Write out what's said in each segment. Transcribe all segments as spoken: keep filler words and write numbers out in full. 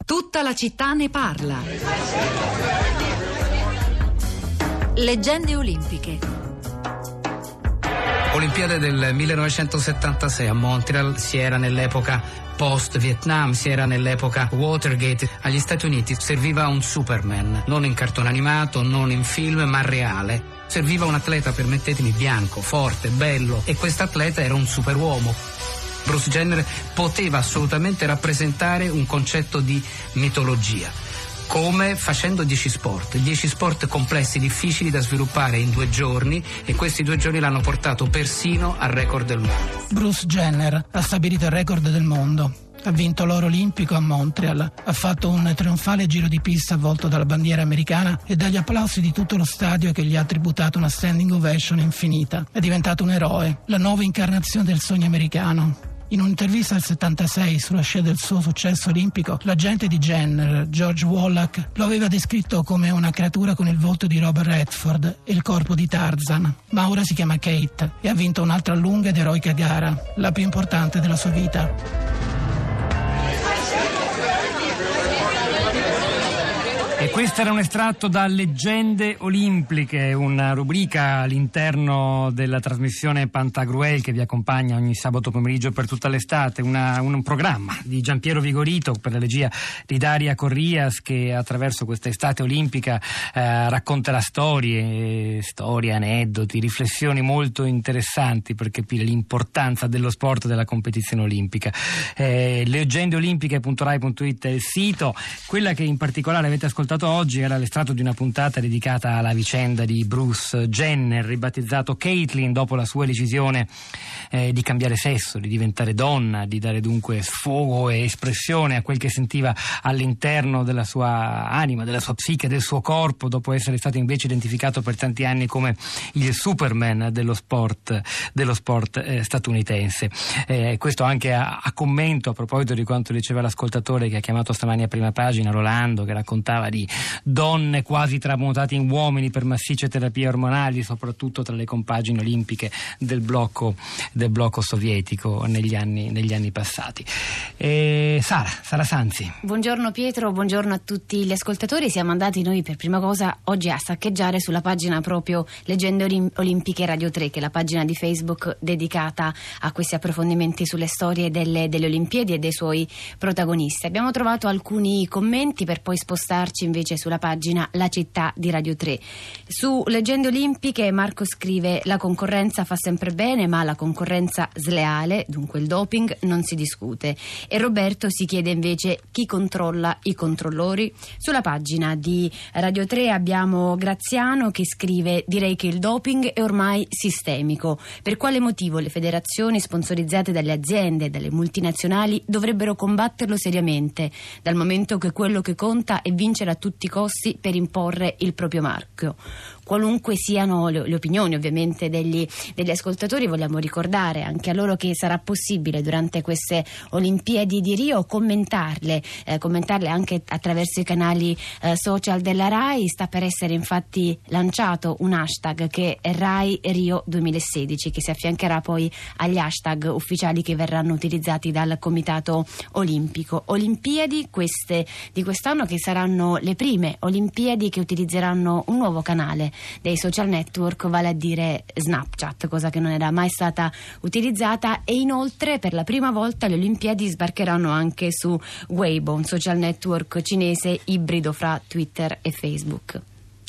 Tutta la città ne parla. Leggende olimpiche. Olimpiade del millenovecentosettantasei a Montreal. Si era nell'epoca post-Vietnam, si era nell'epoca Watergate. Agli Stati Uniti serviva un Superman, non in cartone animato, non in film, ma reale. Serviva un atleta, permettetemi, bianco, forte, bello, e quest'atleta era un superuomo. Bruce Jenner poteva assolutamente rappresentare un concetto di mitologia, come facendo dieci sport, dieci sport complessi, difficili da sviluppare in due giorni, e questi due giorni l'hanno portato persino al record del mondo. Bruce Jenner ha stabilito il record del mondo. Ha vinto l'oro olimpico a Montreal, ha fatto un trionfale giro di pista avvolto dalla bandiera americana e dagli applausi di tutto lo stadio che gli ha tributato una standing ovation infinita. È diventato un eroe, la nuova incarnazione del sogno americano. In un'intervista del settantasei, sulla scia del suo successo olimpico, l'agente di Jenner, George Wallach, lo aveva descritto come una creatura con il volto di Robert Redford e il corpo di Tarzan. Ma ora si chiama Kate e ha vinto un'altra lunga ed eroica gara, la più importante della sua vita. E questo era un estratto da Leggende Olimpiche, una rubrica all'interno della trasmissione Pantagruel che vi accompagna ogni sabato pomeriggio per tutta l'estate, una, un programma di Giampiero Vigorito per la regia di Daria Corrias, che attraverso questa estate olimpica eh, racconterà storie, storie, aneddoti, riflessioni molto interessanti per capire l'importanza dello sport e della competizione olimpica. Eh, leggendeolimpiche punto rai punto it è il sito. Quella che in particolare avete ascoltato oggi era l'estratto di una puntata dedicata alla vicenda di Bruce Jenner, ribattezzato Caitlyn dopo la sua decisione eh, di cambiare sesso, di diventare donna, di dare dunque sfogo e espressione a quel che sentiva all'interno della sua anima, della sua psiche, del suo corpo, dopo essere stato invece identificato per tanti anni come il Superman dello sport, dello sport eh, statunitense. Eh, questo anche a, a commento a proposito di quanto diceva l'ascoltatore che ha chiamato stamani a Prima Pagina, Rolando, che raccontava di donne quasi tramutate in uomini per massicce terapie ormonali, soprattutto tra le compagini olimpiche del blocco, del blocco sovietico negli anni, negli anni passati. E Sara, Sara Sanzi. Buongiorno Pietro, buongiorno a tutti gli ascoltatori. Siamo andati noi per prima cosa oggi a saccheggiare sulla pagina proprio Leggende Olimpiche Radio tre, che è la pagina di Facebook dedicata a questi approfondimenti sulle storie delle, delle Olimpiadi e dei suoi protagonisti. Abbiamo trovato alcuni commenti per poi spostarci invece sulla pagina La Città di Radio tre. Su Leggende Olimpiche Marco scrive: la concorrenza fa sempre bene, ma la concorrenza sleale, dunque il doping, non si discute. E Roberto si chiede invece chi controlla i controllori. Sulla pagina di Radio tre abbiamo Graziano che scrive: direi che il doping è ormai sistemico. Per quale motivo le federazioni sponsorizzate dalle aziende e dalle multinazionali dovrebbero combatterlo seriamente, dal momento che quello che conta è vincere a tutti i costi per imporre il proprio marchio. Qualunque siano le, le opinioni ovviamente degli, degli ascoltatori, vogliamo ricordare anche a loro che sarà possibile durante queste Olimpiadi di Rio commentarle, eh, commentarle anche attraverso i canali eh, social della RAI. Sta per essere infatti lanciato un hashtag che è RAI Rio duemilasedici, che si affiancherà poi agli hashtag ufficiali che verranno utilizzati dal Comitato Olimpico. Olimpiadi queste di quest'anno che saranno le prime Olimpiadi che utilizzeranno un nuovo canale dei social network, vale a dire Snapchat, cosa che non era mai stata utilizzata, e inoltre per la prima volta le Olimpiadi sbarcheranno anche su Weibo, un social network cinese ibrido fra Twitter e Facebook.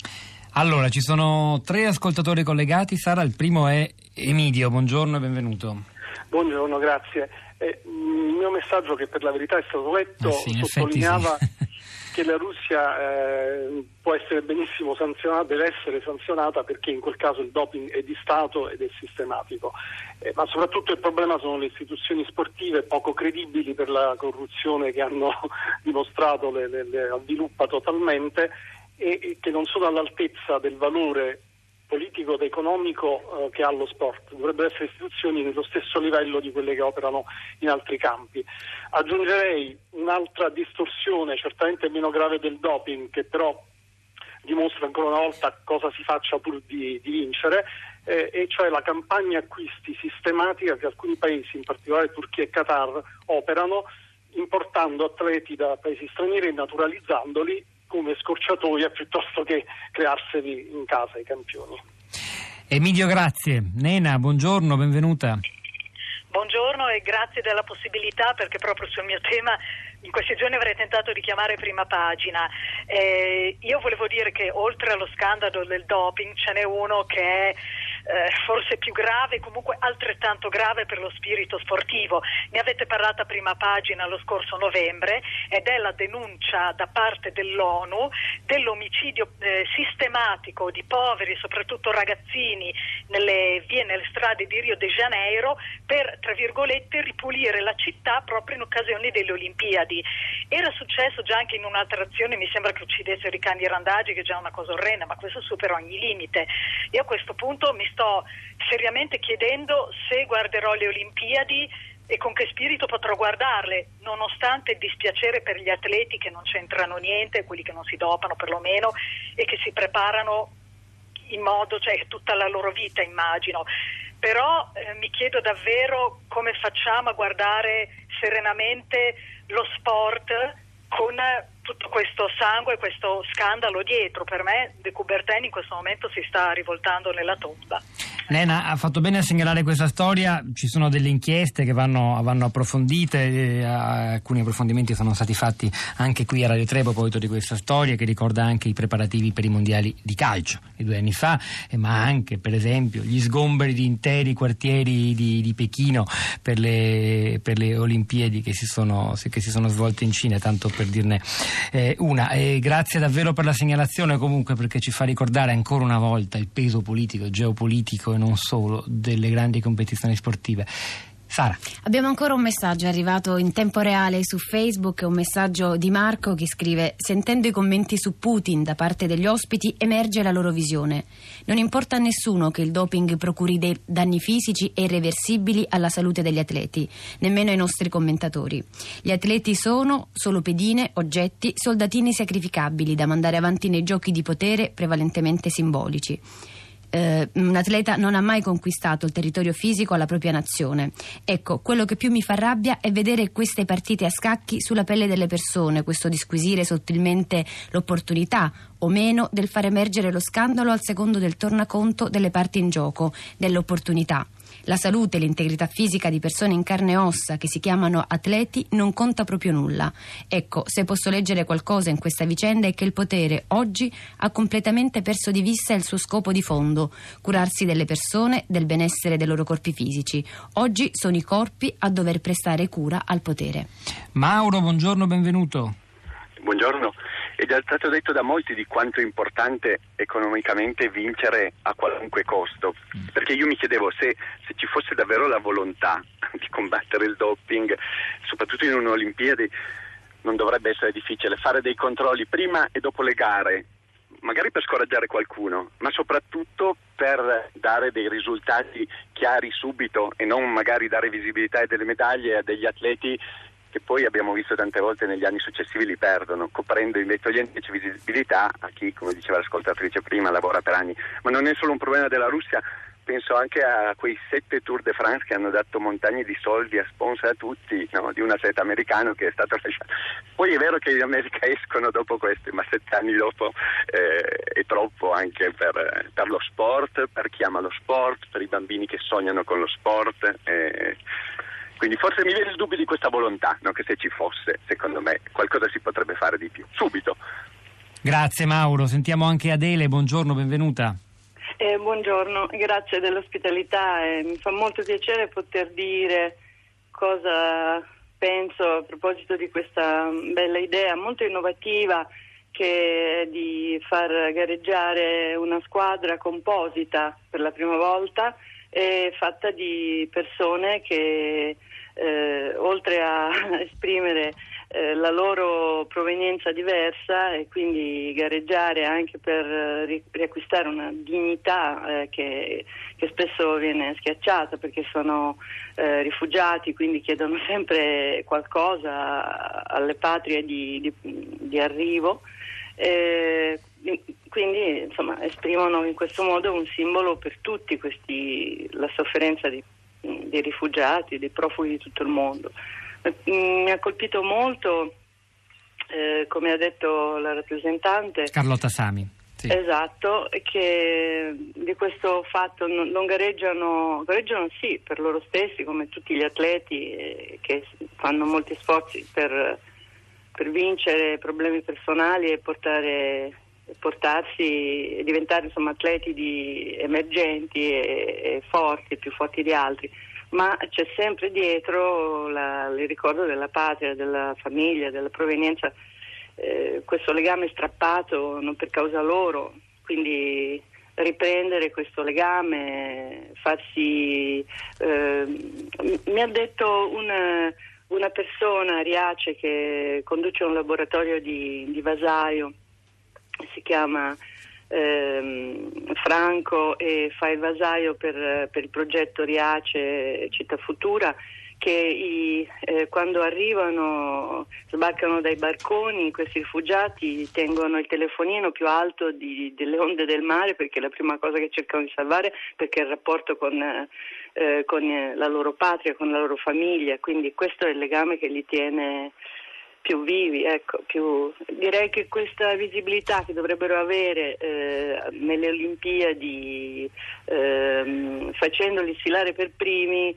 Allora, ci sono tre ascoltatori collegati. Sara, il primo è Emidio, buongiorno e benvenuto. Buongiorno, grazie. Eh, il mio messaggio, che per la verità è stato letto, eh sì, sottolineava sì. che la Russia eh, può essere benissimo sanzionata, deve essere sanzionata, perché in quel caso il doping è di Stato ed è sistematico. Eh, ma soprattutto il problema sono le istituzioni sportive poco credibili per la corruzione che hanno dimostrato, le, le, le avviluppa totalmente, e, e che non sono all'altezza del valore politico ed economico eh, che ha lo sport. Dovrebbero essere istituzioni dello stesso livello di quelle che operano in altri campi. Aggiungerei un'altra distorsione, certamente meno grave del doping, che però dimostra ancora una volta cosa si faccia pur di, di vincere, eh, e cioè la campagna acquisti sistematica che alcuni paesi, in particolare Turchia e Qatar, operano importando atleti da paesi stranieri e naturalizzandoli come scorciatoia piuttosto che crearseli in casa i campioni. Emilio, grazie. Nena, buongiorno, benvenuta. Buongiorno e grazie della possibilità, perché proprio sul mio tema in questi giorni avrei tentato di chiamare Prima Pagina. Eh, io volevo dire che oltre allo scandalo del doping ce n'è uno che è eh, forse più grave, comunque altrettanto grave per lo spirito sportivo. Ne avete parlato a Prima Pagina lo scorso novembre ed è la denuncia da parte dell'ONU dell'omicidio eh, sistematico di poveri, soprattutto ragazzini, nelle vie, nelle strade di Rio de Janeiro per, tra virgolette, ripulire la città proprio in occasione delle Olimpiadi. Era successo già anche in un'altra azione, mi sembra che uccidessero i cani randagi, che è già una cosa orrenda, ma questo supera ogni limite. Io a questo punto mi sto seriamente chiedendo se guarderò le Olimpiadi e con che spirito potrò guardarle, nonostante il dispiacere per gli atleti che non c'entrano niente, quelli che non si dopano perlomeno e che si preparano in modo, cioè tutta la loro vita, immagino. Però eh, mi chiedo davvero come facciamo a guardare serenamente lo sport con tutto questo sangue, questo scandalo dietro. Per me De Coubertin in questo momento si sta rivoltando nella tomba. Nena ha fatto bene a segnalare questa storia, ci sono delle inchieste che vanno, vanno approfondite, e alcuni approfondimenti sono stati fatti anche qui a Radio tre a proposito di questa storia, che ricorda anche i preparativi per i mondiali di calcio di due anni fa, ma anche per esempio gli sgomberi di interi quartieri di, di Pechino per le, per le Olimpiadi che si, sono, che si sono svolte in Cina, tanto per dirne eh, una. E grazie davvero per la segnalazione, comunque, perché ci fa ricordare ancora una volta il peso politico, geopolitico e non solo delle grandi competizioni sportive. Sara. Abbiamo ancora un messaggio arrivato in tempo reale su Facebook, un messaggio di Marco che scrive: sentendo i commenti su Putin da parte degli ospiti emerge la loro visione. Non importa a nessuno che il doping procuri dei danni fisici e irreversibili alla salute degli atleti, nemmeno ai nostri commentatori. Gli atleti sono solo pedine, oggetti, soldatini sacrificabili da mandare avanti nei giochi di potere prevalentemente simbolici. Uh, un atleta non ha mai conquistato il territorio fisico alla propria nazione. Ecco, quello che più mi fa rabbia è vedere queste partite a scacchi sulla pelle delle persone, questo disquisire sottilmente l'opportunità o meno del far emergere lo scandalo al secondo del tornaconto delle parti in gioco, dell'opportunità. La salute e l'integrità fisica di persone in carne e ossa che si chiamano atleti non conta proprio nulla. Ecco, se posso leggere qualcosa in questa vicenda è che il potere oggi ha completamente perso di vista il suo scopo di fondo, curarsi delle persone, del benessere dei loro corpi fisici. Oggi sono i corpi a dover prestare cura al potere. Mauro, buongiorno, benvenuto. Buongiorno. È già stato detto da molti di quanto è importante economicamente vincere a qualunque costo, perché io mi chiedevo se, se ci fosse davvero la volontà di combattere il doping, soprattutto in un'Olimpiadi, non dovrebbe essere difficile fare dei controlli prima e dopo le gare, magari per scoraggiare qualcuno, ma soprattutto per dare dei risultati chiari subito e non magari dare visibilità e delle medaglie a degli atleti che poi abbiamo visto tante volte negli anni successivi li perdono, coprendo invece togliendo visibilità a chi, come diceva l'ascoltatrice prima, lavora per anni. Ma non è solo un problema della Russia, penso anche a quei sette Tour de France che hanno dato montagne di soldi a sponsor a tutti, no? Di un atleta americano che è stato lasciato. Poi è vero che in America escono dopo queste, ma sette anni dopo eh, è troppo anche per, per lo sport, per chi ama lo sport, per i bambini che sognano con lo sport. Eh, Quindi forse mi viene il dubbio di questa volontà, no? Che se ci fosse, secondo me, qualcosa si potrebbe fare di più, subito. Grazie Mauro, sentiamo anche Adele, buongiorno, benvenuta. Eh, buongiorno, grazie dell'ospitalità, eh, mi fa molto piacere poter dire cosa penso a proposito di questa bella idea, molto innovativa, che è di far gareggiare una squadra composita per la prima volta, è fatta di persone che eh, oltre a esprimere eh, la loro provenienza diversa e quindi gareggiare anche per ri- riacquistare una dignità eh, che, che spesso viene schiacciata perché sono eh, rifugiati, quindi chiedono sempre qualcosa alle patrie di, di, di arrivo. Eh, quindi insomma esprimono in questo modo un simbolo per tutti questi, la sofferenza di, dei rifugiati, dei profughi di tutto il mondo. Mi ha colpito molto, eh, come ha detto la rappresentante Carlotta Sami. Sì. Esatto, che di questo fatto non, non gareggiano, gareggiano sì per loro stessi come tutti gli atleti eh, che fanno molti sforzi per, per vincere problemi personali e portare, portarsi e diventare insomma atleti di, emergenti e, e forti, più forti di altri, ma c'è sempre dietro la, il ricordo della patria, della famiglia, della provenienza. Eh, questo legame strappato non per causa loro, quindi riprendere questo legame, farsi eh, mi ha detto una, una persona a Riace che conduce un laboratorio di, di vasaio, si chiama eh, Franco e fa il vasaio per, per il progetto Riace Città Futura, che i, eh, quando arrivano, sbarcano dai barconi, questi rifugiati tengono il telefonino più alto di, delle onde del mare, perché è la prima cosa che cercano di salvare, perché è il rapporto con, eh, con la loro patria, con la loro famiglia, quindi questo è il legame che li tiene più vivi, ecco, più, direi che questa visibilità che dovrebbero avere eh, nelle Olimpiadi, eh, facendoli sfilare per primi,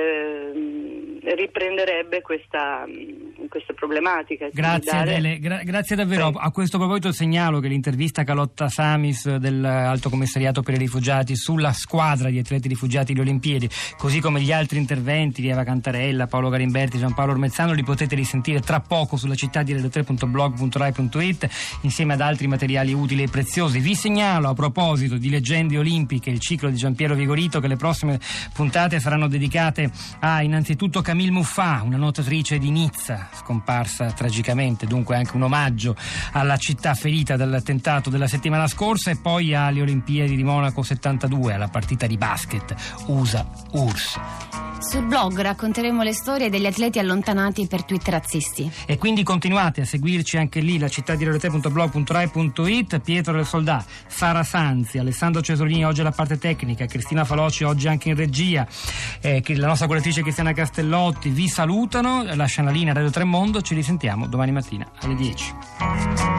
eh, riprenderebbe questa, questa problematica. Grazie dare... Adele, Gra- grazie davvero. Sì. A questo proposito segnalo che l'intervista a Carlotta Samis dell'Alto Commissariato per i Rifugiati sulla squadra di atleti rifugiati alle Olimpiadi, così come gli altri interventi di Eva Cantarella, Paolo Garimberti, Giampaolo Ormezzano, li potete risentire tra poco sulla città di radio tre punto blog punto rai punto it insieme ad altri materiali utili e preziosi. Vi segnalo, a proposito di leggende olimpiche, il ciclo di Giampiero Vigorito, che le prossime puntate saranno dedicate a innanzitutto Camille Muffat, una nuotatrice di Nizza scomparsa tragicamente, dunque anche un omaggio alla città ferita dall'attentato della settimana scorsa, e poi alle Olimpiadi di Monaco settantadue, alla partita di basket U S A-U R S S. Sul blog racconteremo le storie degli atleti allontanati per tweet razzisti. E quindi continuate a seguirci anche lì, la città di radio tre punto blog punto rai punto it. Pietro del Soldà, Sara Sanzi, Alessandro Cesolini oggi alla parte tecnica, Cristina Faloci oggi anche in regia, eh, la nostra curatrice Cristiana Castellotti vi salutano, lasciano la linea a Radio tre Mondo, ci risentiamo domani mattina alle dieci.